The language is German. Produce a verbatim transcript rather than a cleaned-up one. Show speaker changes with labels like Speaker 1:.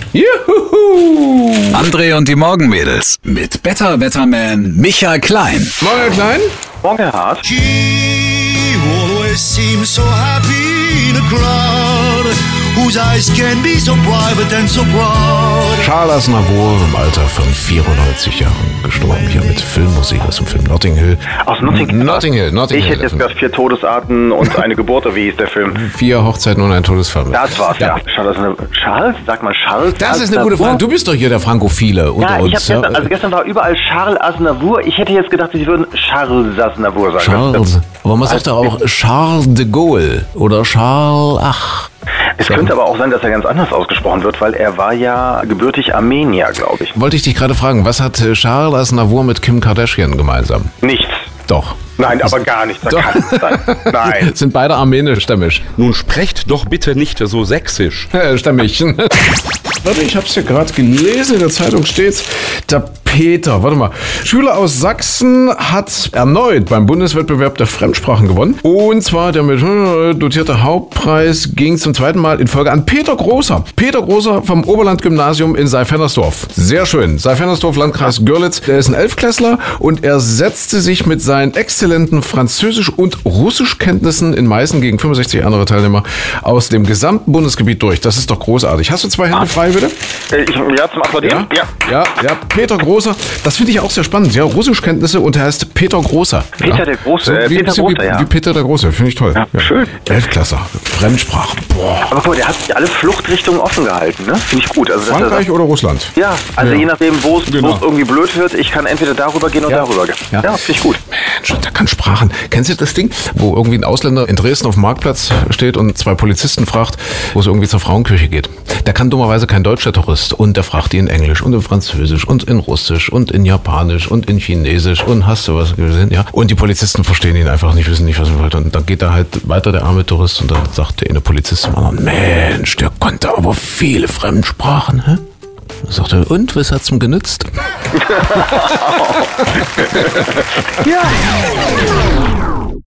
Speaker 1: Juhu!
Speaker 2: André und die Morgenmädels mit Better Wetterman Michael Klein.
Speaker 1: Morgen, Herr Klein.
Speaker 3: Morgen, Herr Hart.
Speaker 4: She always seems so happy in a crowd, whose eyes can be so private and so proud.
Speaker 1: Charles Aznavour im Alter von vierundneunzig Jahren gestorben, hier mit Filmmusik aus dem Film Notting Hill.
Speaker 3: Aus Notting Hill?
Speaker 1: Notting Hill, Notting
Speaker 3: Ich
Speaker 1: Hill.
Speaker 3: hätte jetzt gedacht, vier Todesarten und eine Geburt, oder wie hieß der Film?
Speaker 1: Vier Hochzeiten und ein Todesfall.
Speaker 3: Das war's, ja. ja. Charles, Charles? Sag mal Charles
Speaker 1: Das ist eine gute Frage. Du bist doch hier der Frankophile unter
Speaker 3: ja, ich
Speaker 1: uns.
Speaker 3: hab gestern, also gestern war überall Charles Aznavour. Ich hätte jetzt gedacht, Sie würden Charles Aznavour sagen.
Speaker 1: Charles. Aber man sagt doch auch Charles de Gaulle oder Charles, ach.
Speaker 3: Es könnte aber auch sein, dass er ganz anders ausgesprochen wird, weil er war ja gebürtig Armenier, glaube ich.
Speaker 1: Wollte ich dich gerade fragen, was hat Charles Aznavour mit Kim Kardashian gemeinsam?
Speaker 3: Nichts.
Speaker 1: Doch.
Speaker 3: Nein, aber gar nichts. Das kann es sein. Nein.
Speaker 1: Sind beide armenisch-stämmig.
Speaker 5: Nun sprecht doch bitte nicht so sächsisch.
Speaker 1: Ja, stämmig. Warte, ich hab's ja gerade gelesen, in der Zeitung steht's. Der Peter, warte mal. Schüler aus Sachsen hat erneut beim Bundeswettbewerb der Fremdsprachen gewonnen. Und zwar der mit dotierte Hauptpreis ging zum zweiten Mal in Folge an Peter Großer. Peter Großer vom Oberland-Gymnasium in Seifernersdorf. Sehr schön. Seifernersdorf, Landkreis Görlitz. Der ist ein Elfklässler und er setzte sich mit seinen exzellenten Französisch- und Russischkenntnissen in Meißen gegen fünfundsechzig andere Teilnehmer aus dem gesamten Bundesgebiet durch. Das ist doch großartig. Hast du zwei Hände frei, bitte?
Speaker 3: Ich, ja, zum Applaudieren?
Speaker 1: Ja, ja, ja. Peter Großer. Das finde ich auch sehr spannend. Ja, Russischkenntnisse und er heißt Peter Großer.
Speaker 3: Peter
Speaker 1: ja.
Speaker 3: der Große.
Speaker 1: So, wie,
Speaker 3: Peter
Speaker 1: so
Speaker 3: Großer,
Speaker 1: wie,
Speaker 3: ja.
Speaker 1: wie Peter der Große. Finde ich toll.
Speaker 3: Ja, ja. Schön.
Speaker 1: Elfklässler. Fremdsprachen. Boah.
Speaker 3: Aber guck mal, der hat sich alle Fluchtrichtungen offen gehalten, ne? Finde ich gut. Also,
Speaker 1: Frankreich
Speaker 3: das,
Speaker 1: oder Russland?
Speaker 3: Ja, also
Speaker 1: ja.
Speaker 3: je nachdem, wo es
Speaker 1: genau.
Speaker 3: irgendwie blöd wird, ich kann entweder darüber gehen oder
Speaker 1: ja.
Speaker 3: darüber gehen.
Speaker 1: Ja,
Speaker 3: ja finde ich gut.
Speaker 1: Mensch, der kann Sprachen. Kennst du das Ding, wo irgendwie ein Ausländer in Dresden auf dem Marktplatz steht und zwei Polizisten fragt, wo es irgendwie zur Frauenküche geht? Der kann dummerweise kein Deutsch, der Tourist. Und der fragt die in Englisch und in Französisch und in Russisch und in Japanisch und in Chinesisch und hast du was gesehen, ja? Und die Polizisten verstehen ihn einfach nicht, wissen nicht, was er wollte. Und dann geht er halt weiter, der arme Tourist, und dann sagt der eine Polizist zum anderen, Mensch, der konnte aber viele Fremdsprachen, hä? Dann sagt er, und, was hat's ihm genützt?
Speaker 3: Ja.